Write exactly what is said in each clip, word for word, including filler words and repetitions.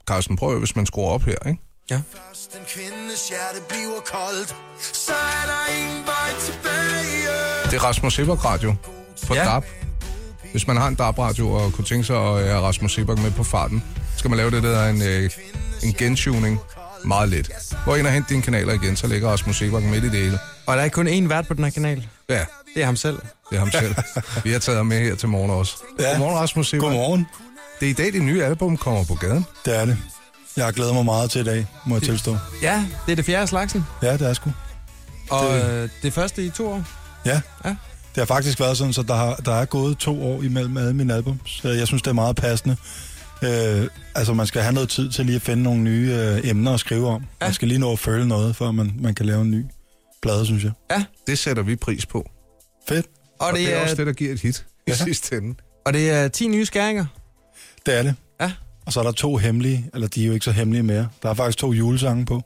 Carsten, prøv hvis man skruer op her, ikke? Ja. Først den kvindes hjerte bliver koldt, så er der ingen vej tilbage. Det er Rasmus Seebach Radio på Ja. D A B. Hvis man har en D A B-radio og kunne tænke sig at have Rasmus Seebach med på farten, skal man lave det, der er en, øh, en gentuning. Meget let. Gå ind og hente dine kanaler igen, så ligger Rasmus Seebach midt i det hele. Og der er kun én vært på den her kanal. Ja, Det er ham selv. det er ham selv. Vi har taget ham med her til morgen også. Ja. Godmorgen, Rasmus Seebach. Godmorgen. Det er i dag, det nye album kommer på gaden. Det er det. Jeg har glædet mig meget til i dag, må jeg tilstå. Ja, det er det fjerde af slagsen. Ja, det er sgu. Og Det- det, det første i to år. Ja. Ja. Det har faktisk været sådan, så der, har, der er gået to år imellem alle mine album. Så jeg synes, det er meget passende. Øh, altså, man skal have noget tid til lige at finde nogle nye øh, emner at skrive om. Ja. Man skal lige nå at føle noget, før man, man kan lave en ny plade, synes jeg. Ja, Det sætter vi pris på. Fedt. og, Og det, det er er, også det, der giver et hit i Ja. sidste ende. og det er ti nye skæringer. Det er det. Ja. Og så er der to hemmelige, eller de er jo ikke så hemmelige mere. Der er faktisk to julesange på.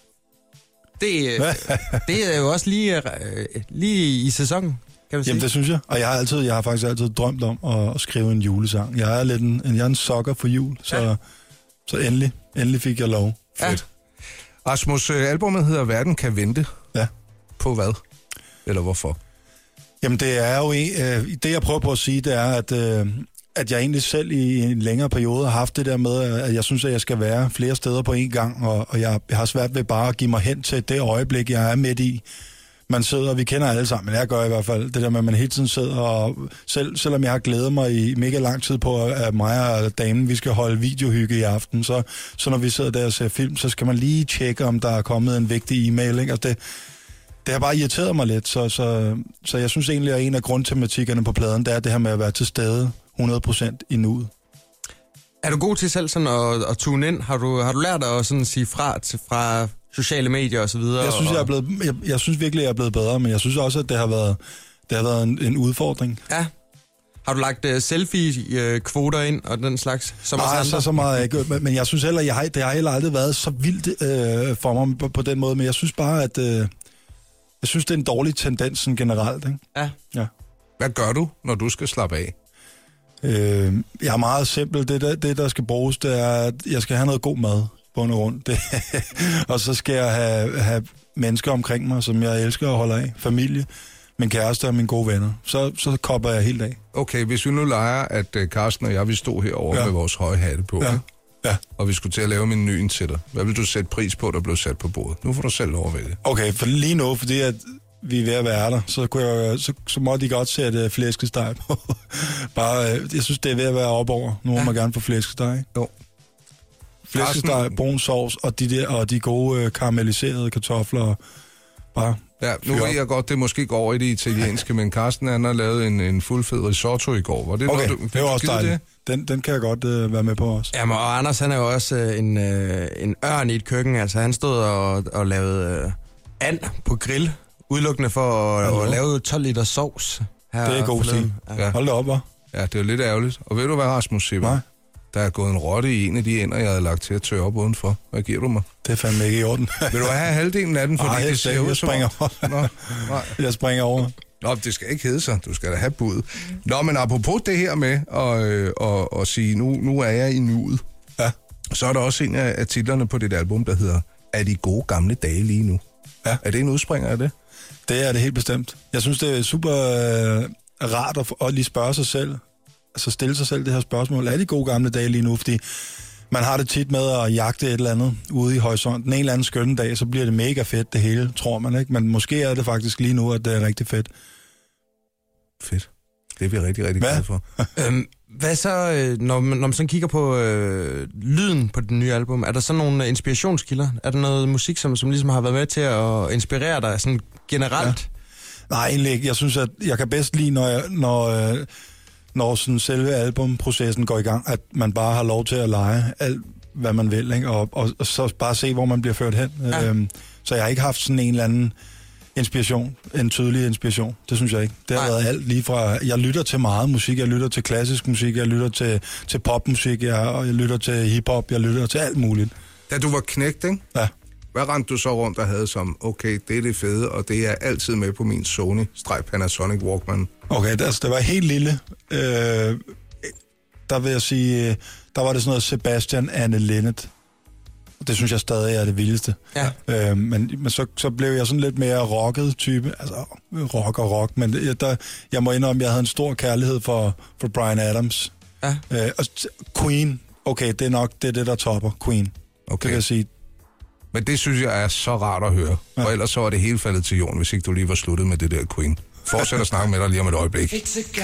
Det, øh, det er jo også lige, øh, lige i sæsonen, kan man sige. Jamen, det synes jeg. Og jeg har, altid, jeg har faktisk altid drømt om at, at skrive en julesang. Jeg er lidt en, en, jeg er en sokker for jul, så, Ja. så endelig, endelig fik jeg lov. Ja. Fedt. Rasmus, øh, albumet hedder Verden kan vente. Ja. På hvad? Eller hvorfor? Jamen, det er jo en, øh, det, jeg prøver på at sige, det er, at, øh, at jeg egentlig selv i en længere periode har haft det der med, at jeg synes, at jeg skal være flere steder på én gang, og, og jeg, jeg har svært ved bare at give mig hen til det øjeblik, jeg er midt i. Man sidder, vi kender alle sammen, men jeg gør i hvert fald, det der med, at man hele tiden sidder, og selv, selvom jeg har glædet mig i mega lang tid på, at mig og damen, vi skal holde videohygge i aften, så, så når vi sidder der og ser film, så skal man lige tjekke, om der er kommet en vigtig e-mail, ikke? Altså det, det har bare irriteret mig lidt, så, så, så jeg synes egentlig, at en af grundtematikkerne på pladen, det er det her med at være til stede hundrede procent i nuet. Er du god til selv sådan at, at tune ind? Har du, har du lært at sådan sige fra til, fra sociale medier og så videre? Jeg synes, jeg, er blevet, jeg, jeg synes virkelig, jeg er blevet bedre, men jeg synes også, at det har været, det har været en, en udfordring. Ja. Har du lagt uh, selfie-kvoter ind og den slags? Som os Nej, andre? så, så meget er ikke, men, men jeg synes heller, jeg har, det har heller aldrig været så vildt øh, for mig på, på den måde, men jeg synes bare, at øh, jeg synes, det er en dårlig tendens sådan generelt. Ikke? Ja. Ja. Hvad gør du, når du skal slappe af? Øh, jeg er meget simpel. Det der, det, der skal bruges, det er, at jeg skal have noget god mad bund og rundt. Det, og så skal jeg have, have mennesker omkring mig, som jeg elsker at holde af. Familie, min kæreste og mine gode venner. Så, så kopper jeg helt af. Okay, hvis vi nu leger, at uh, Carsten og jeg, vi stod herovre Ja. med vores høje hatte på, Ja. ja. Ja. og vi skulle til at lave menuen til dig. Hvad vil du sætte pris på, der blev sat på bordet? Nu får du selv lov at vælge. Okay, for lige nu, fordi at vi er ved at være der, så, kunne jeg, så, så må de godt sætte flæskesteg på. Bare, øh, jeg synes, det er ved at være op over. Nu må ja. man gerne få flæskesteg, ikke? Jo. Flæskesteg, Carsten- brun sovs og de, der, og de gode øh, karamelliserede kartofler. Bare Ja, nu fyr ved op. jeg godt, det måske går over i det italienske, men Carsten han har lavet en, en fuldfed risotto i går. Var det Okay, noget, du, det var også gider dejligt. Den, den kan jeg godt øh, være med på også. Jamen, og Anders, han er jo også øh, en, øh, en ørn i et køkken. Altså, han stod og, og lavede øh, and på grill, udelukkende for at, Hallo. at lave tolv liter sovs. Her Det er god forleden. stil. Ja. Ja. Hold da op, hva'? Ja, det er jo lidt ærgerligt. Og ved du hvad, Rasmus Seebach? Nej, Der er gået en rotte i en af de ender, jeg havde lagt til at tørre op udenfor. Hvad giver du mig? det er fandme ikke i orden. Vil du have halvdelen af den, fordi Ej, det jeg, ser jeg, ud jeg som... springer over. Nå, nej. Jeg springer over. Nå, det skal ikke hedde sig. Du skal da have bud. Nå, men apropos det her med at, øh, at, at sige, nu, nu er jeg i nuet, Ja. så er der også en af, af titlerne på dit album, der hedder Er de gode gamle dage lige nu? Ja. Er det en udspringer af det? Det er det helt bestemt. Jeg synes, det er super øh, rart at, at lige spørge sig selv, altså stille sig selv det her spørgsmål. Er de gode gamle dage lige nu? Fordi man har det tit med at jagte et eller andet ude i horisonten. En eller anden skønne dag, så bliver det mega fedt det hele, tror man, ikke? Men måske er det faktisk lige nu, at det er rigtig fedt. Fedt. Det er vi rigtig, rigtig Hvad? glade for. Øhm, hvad så, øh, når man, når man sådan kigger på øh, lyden på det nye album, er der så nogle inspirationskilder? Er der noget musik, som, som ligesom har været med til at inspirere dig sådan generelt? Nej, egentlig ikke. Jeg synes, at jeg kan bedst lide, når, jeg, når, øh, når sådan selve albumprocessen går i gang, at man bare har lov til at lege alt, hvad man vil, ikke? Og, og, og så bare se, hvor man bliver ført hen. Ja. Øhm, så jeg har ikke haft sådan en eller anden inspiration, en tydelig inspiration. Det synes jeg ikke. Det har Nej. været alt lige fra... Jeg lytter til meget musik. Jeg lytter til klassisk musik. Jeg lytter til, til popmusik. Jeg, og jeg lytter til hiphop. Jeg lytter til alt muligt. Da du var knægt, ikke? Ja. Hvad rendte du så rundt og havde som, okay, det er det fede, og det er altid med på min Sony-Panasonic Walkman? Okay, det, altså, det var helt lille. Øh, der vil jeg sige, øh, der var det sådan noget Sebastian Anne Linnet. Det synes jeg stadig er det vildeste. Ja. Øh, men men så, så blev jeg sådan lidt mere rocket type. Altså rock og rock. Men det, der, jeg må indrømme, at jeg havde en stor kærlighed for, for Bryan Adams. Ja. Øh, og Queen, okay, det er nok det, er det der topper Queen. Okay. Det kan jeg sige. Men det synes jeg er så rart at høre. Ja. Og ellers så er det helt faldet til jorden, hvis ikke du lige var sluttet med det der Queen. Fortsæt at snakke med dig lige om et øjeblik.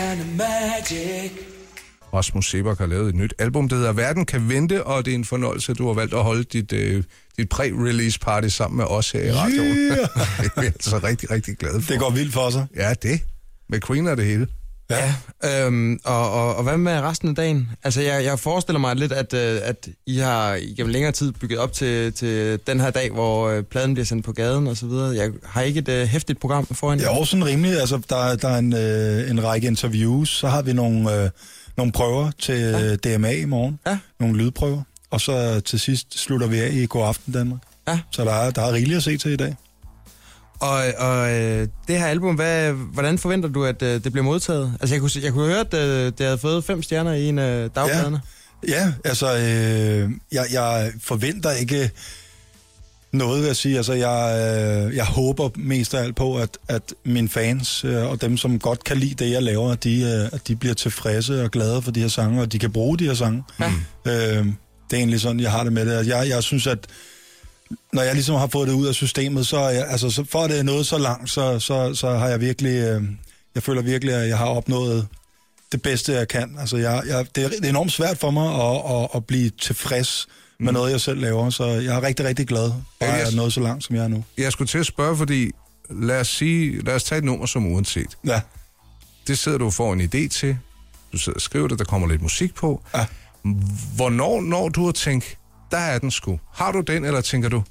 Rasmus Seebach har lavet et nyt album, der hedder Verden kan vente, og det er en fornøjelse, at du har valgt at holde dit, øh, dit pre-release party sammen med os her i radioen. Yeah. Det er jeg altså rigtig, rigtig glad for. Det går vildt for sig. Ja, det. Med Queen er det hele. Ja, øhm, og, og, og hvad med resten af dagen? Altså, jeg, jeg forestiller mig lidt, at, øh, at I har igennem længere tid bygget op til, til den her dag, hvor øh, pladen bliver sendt på gaden og så videre. Jeg har ikke et øh, hæftigt program foran jer? Ja, også sådan rimeligt. Altså, der, der er en, øh, en række interviews, så har vi nogle, øh, nogle prøver til ja. D M A i morgen. Ja. Nogle lydprøver. Og så til sidst slutter vi af i God Aften Danmark. Ja. Så der er, der er rigeligt at se til i dag. Og, og øh, det her album, hvad, hvordan forventer du, at øh, det bliver modtaget? Altså, jeg kunne, jeg kunne høre, at øh, det havde fået fem stjerner i en af øh, dagbladene. Ja, ja altså, øh, jeg, jeg forventer ikke noget, vil jeg sige. Altså, jeg, øh, jeg håber mest af alt på, at, at mine fans øh, og dem, som godt kan lide det, jeg laver, at de, øh, at de bliver tilfredse og glade for de her sange, og de kan bruge de her sange. Ja. Øh, det er egentlig sådan, jeg har det med det. Jeg, jeg synes, at når jeg ligesom har fået det ud af systemet, så, er jeg, altså, så for at det er nået så langt, så, så, så har jeg virkelig, øh, jeg føler virkelig, at jeg har opnået det bedste, jeg kan. Altså, jeg, jeg, det, er, det er enormt svært for mig at, at, at blive tilfreds mm. med noget, jeg selv laver, så jeg er rigtig, rigtig glad, at jeg er nået så langt, som jeg er nu. Jeg skulle til at spørge, fordi lad os, sige, lad os tage et nummer som Uanset. Ja. Det sidder du for en idé til, du sidder og skriver det, der kommer lidt musik på. Ja. Hvornår når du har tænkt, der er den sgu. Har du den, eller tænker du,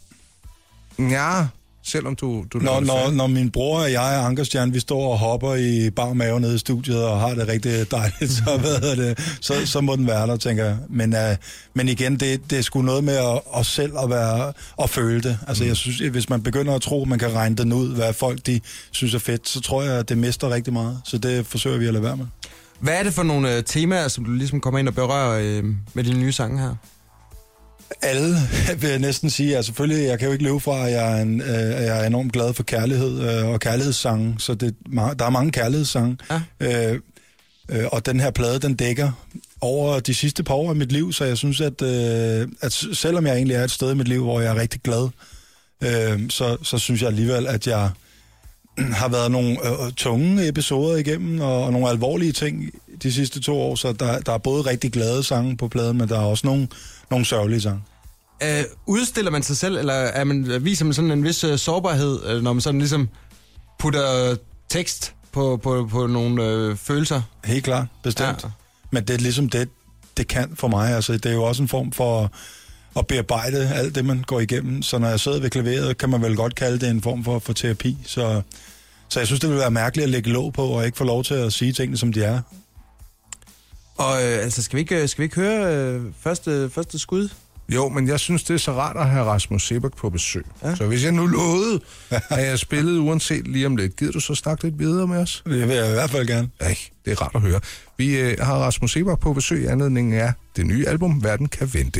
ja, selvom du... du når, når, når min bror og jeg og Ankerstjerne, vi står og hopper i bar mave nede i studiet og har det rigtig dejligt, så, hvad det, så, så må den være der, tænker jeg. Men, uh, men igen, det, det er sgu noget med at, at selv at, være, at føle det. Altså, mm. jeg synes, hvis man begynder at tro, man kan regne den ud, hvad folk de synes er fedt, så tror jeg, at det mister rigtig meget. Så det forsøger vi at lade være med. Hvad er det for nogle uh, temaer, som du ligesom kommer ind og berører uh, med dine nye sange her? Alle, vil jeg næsten sige. Altså, selvfølgelig, jeg kan jo ikke løbe fra, at jeg er, en, øh, jeg er enormt glad for kærlighed øh, og kærlighedssange, så det, der er mange kærlighedssange. Ja. Øh, øh, og den her plade, den dækker over de sidste par år i mit liv, så jeg synes, at, øh, at selvom jeg egentlig er et sted i mit liv, hvor jeg er rigtig glad, øh, så, så synes jeg alligevel, at jeg har været nogle øh, tunge episoder igennem, og, og nogle alvorlige ting de sidste to år, så der, der er både rigtig glade sange på pladen, men der er også nogle Nogle sørgelige sange. Øh, udstiller man sig selv, eller er man, viser man sådan en vis uh, sårbarhed, når man sådan ligesom putter tekst på, på, på nogle øh, følelser? Helt klart, bestemt. Ja. Men det er ligesom det, det kan for mig. Altså, det er jo også en form for at bearbejde alt det, man går igennem. Så når jeg sidder ved klaveret, kan man vel godt kalde det en form for, for terapi. Så, så jeg synes, det vil være mærkeligt at lægge låg på, og ikke få lov til at sige tingene, som de er. Og øh, altså, skal vi ikke, skal vi ikke høre øh, første, første skud? Jo, men jeg synes, det er så rart at have Rasmus Seebach på besøg. Ja. Så hvis jeg nu lovede, at jeg spillede Uanset lige om lidt, gider du så snakke lidt videre med os? Det vil jeg i hvert fald gerne. Ja, det er rart at høre. Vi øh, har Rasmus Seebach på besøg. I anledningen er det nye album, Verden kan vente.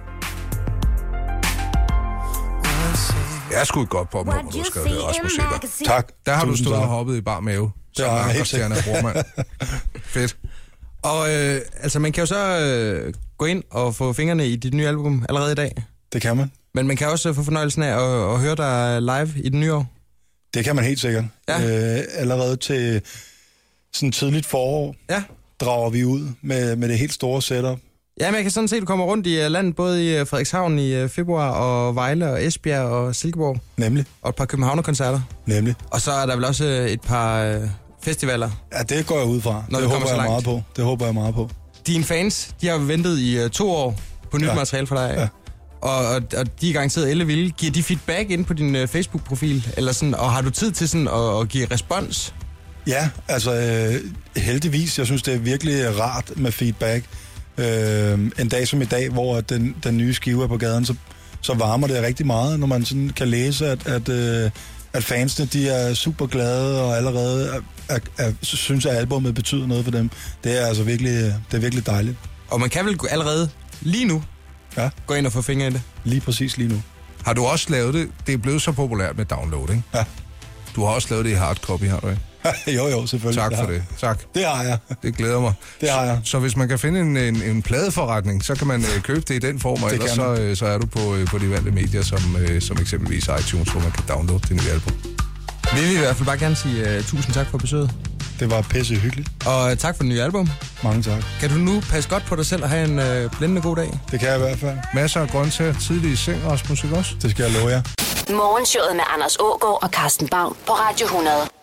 Jeg er sgu et godt popnummer, du har skrevet det, Rasmus Seebach. Tak. Der har Tusind du stået tak. og hoppet i bar mave. Det har jeg helt sikkert. Fedt. Og øh, altså, man kan jo så øh, gå ind og få fingrene i dit nye album allerede i dag. Det kan man. Men man kan også få fornøjelsen af at, at høre dig live i det nye år. Det kan man helt sikkert. Ja. Øh, allerede til sådan tidligt forår ja. drager vi ud med, med det helt store setup. Ja, men jeg kan sådan se, at du kommer rundt i landet, både i Frederikshavn i februar, og Vejle og Esbjerg og Silkeborg. Nemlig. Og et par Københavner-koncerter. Nemlig. Og så er der vel også et par festivaler. Ja, det går jeg ud fra. Når det håber jeg meget på. Det håber jeg meget på. Dine fans, de har ventet i uh, to år på nyt ja. materiale fra dig. Ja. Og, og, og de er garanteret ellevilde. Giver de feedback ind på din uh, Facebook-profil? Eller sådan, og har du tid til sådan at, at give respons? Ja, altså øh, heldigvis. Jeg synes, det er virkelig rart med feedback. Øh, en dag som i dag, hvor den, den nye skive er på gaden, så, så varmer det rigtig meget, når man sådan kan læse, at, at, øh, at fansene de er super glade og allerede er, er, er, synes, at albumet betyder noget for dem. Det er altså virkelig, det er virkelig dejligt. Og man kan vel allerede lige nu ja. gå ind og få fingre i det? Lige præcis lige nu. Har du også lavet det? Det er blevet så populært med download, ikke? Ja. Du har også lavet det i hardcopy, har du ikke? jo, jo, selvfølgelig. Tak for det. det. Tak. Det har jeg. Det glæder mig. Det har jeg. Så, så hvis man kan finde en, en, en pladeforretning, så kan man øh, købe det i den form, og ellers så, øh, så er du på, øh, på de valgte medier, som, øh, som eksempelvis iTunes, hvor man kan downloade det nye album. Vi vil i hvert fald bare gerne sige uh, tusind tak for besøget. Det var pisse hyggeligt. Og uh, tak for det nye album. Mange tak. Kan du nu passe godt på dig selv og have en uh, blændende god dag? Det kan jeg i hvert fald. Masser af grøntsager, tidlig i seng, Rasmus, ikke også? Det skal jeg love jer. Morgenshowet med Anders Aagaard og Carsten Baum på Radio hundrede.